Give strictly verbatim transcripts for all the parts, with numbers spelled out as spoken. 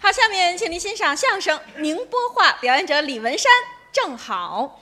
好，下面请您欣赏相声《宁波话》，表演者李文山、郑好。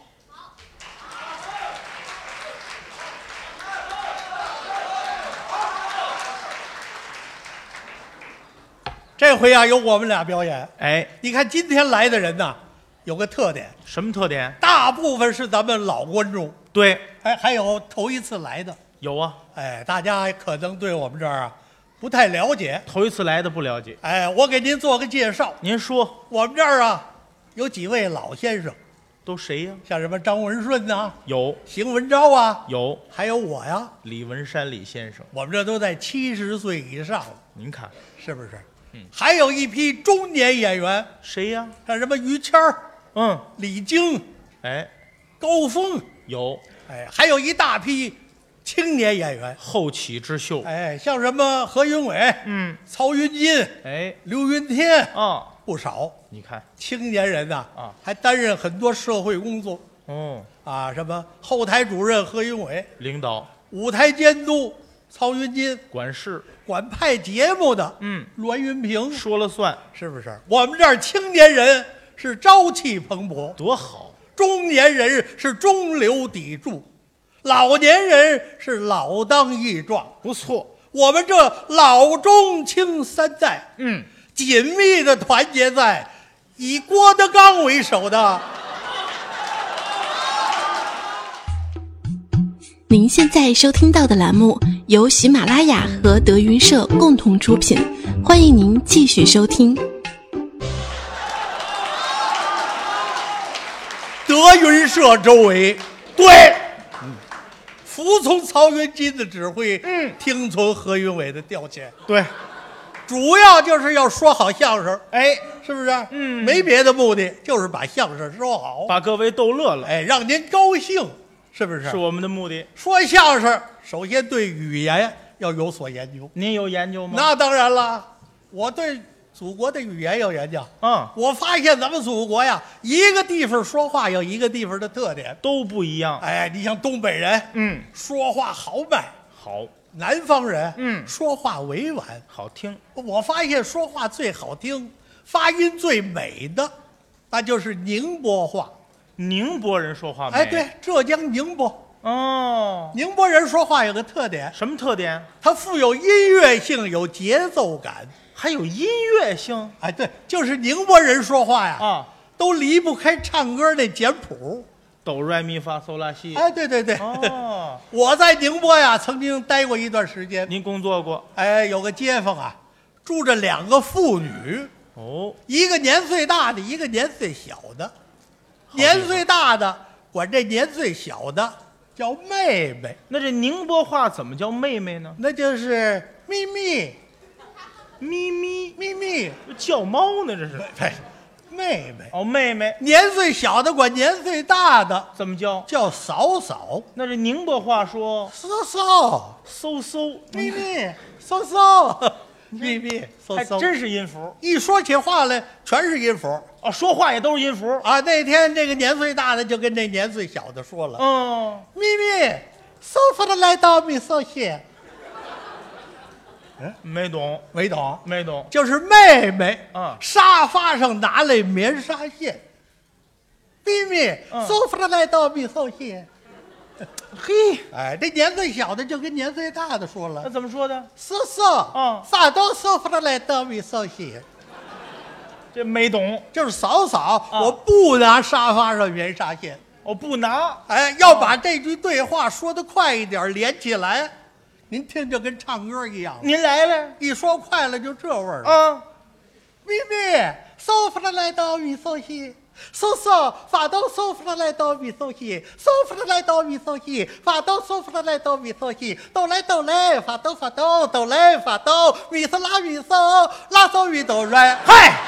这回啊，由我们俩表演。 哎， 你看今天来的人呐，有个特点， 什么特点？ 大部分是咱们老观众， 对， 哎，还有头一次来的。 有啊， 哎，大家可能对我们这儿啊不太了解。 头一次来的不了解。 哎，我给您做个介绍。 您说， 我们这儿啊有几位老先生， 都谁呀？ 像什么张文顺呐、 有， 邢文昭啊， 有， 还有我呀。 李文山李先生。 我们这都在七十岁以上了， 您看是不是？ 嗯， 还有一批中年演员， 谁呀？ 像什么于谦儿、 嗯， 李菁、 哎， 高峰， 有， 哎，还有一大批青年演员， 后起之秀。 哎，像什么何云伟、 嗯， 曹云金、 哎， 刘云天， 啊， 不少。 你看， 青年人呐、 啊还担任很多社会工作哦， 啊，什么后台主任何云伟， 领导舞台监督曹云金， 管事， 管派节目的嗯， 栾云平， 说了算， 是不是？我们这儿青年人是朝气蓬勃， 多好。 中年人是中流砥柱，老年人是老当益壮。 不错。 我们这老中青三代， 嗯， 紧密的团结在以郭德纲为首的。 您现在收听到的栏目由喜马拉雅和德云社共同出品，欢迎您继续收听。 德云社周围，对，嗯，服从曹云金的指挥， 嗯， 听从何云伟的调遣， 对， 主要就是要说好相声， 哎， 是不是？ 嗯没别的目的，就是把相声说好， 把各位逗乐了， 哎，让您高兴，是不是？ 是我们的目的。 说相声，首先对语言要有所研究。 您有研究吗？ 那当然了，我对祖国的语言有研究。 嗯， 我发现咱们祖国呀，一个地方说话有一个地方的特点。 都不一样。 哎，你像东北人， 嗯， 说话豪迈； 好， 南方人， 嗯说话委婉。 好听。 我发现说话最好听、发音最美的，那就是宁波话。 宁波人说话美。 哎，对，浙江宁波， 哦， 宁波人说话有个特点， 什么特点？ 它富有音乐性，有节奏感。 还有音乐性哎，对，就是宁波人说话呀， 啊， 都离不开唱歌那简谱。 哆来咪发嗦拉西。 哎，对对对， 哦， 我在宁波呀，曾经待过一段时间。 您工作过？ 哎，有个街坊啊，住着两个妇女， 哦， 一个年岁大的，一个年岁小的。 好地方年岁大的管这年岁小的叫妹妹， 那这宁波话怎么叫妹妹呢？ 那就是咪咪咪咪， 咪咪， 叫猫呢？这是？ 对，妹妹。 哦，妹妹年岁小的管年岁大的怎么叫？ 叫嫂嫂， 那这宁波话说嫂嫂， 嗖嗖， 咪咪，嫂嫂，咪咪，嫂嫂， 还真是音符一说起话来全是音符哦，说话也都是音符。 啊！那天这个年岁大的就跟这年岁小的说了嗯，：“ 咪咪，嫂夫的来到米嫂些。” 没懂， 没懂， 没懂。 就是妹妹啊沙发上拿来棉纱线，咪咪， 嗯嫂夫的来到米嫂些。 嘿， 哎，这年岁小的就跟年岁大的说那了怎么说的？ 嫂嫂， 嗯发到嫂夫的来到米嫂些。 这没懂。 就是嫂嫂， 啊我不拿沙发上棉纱线。 我不拿。 哎，要把这句对话说得快一点，连起来，您听着跟唱歌一样。 您来了一说快了就这味儿了。 啊？ 咪咪，嫂夫的来到米嫂些。嫂嫂，发到嫂夫的来到米嫂些，嫂夫的来到米嫂些，发到嫂夫的来到米嫂些，都来都来，发到发到，都来发到，米嫂拉米嫂，拉嫂米都来。 嗨，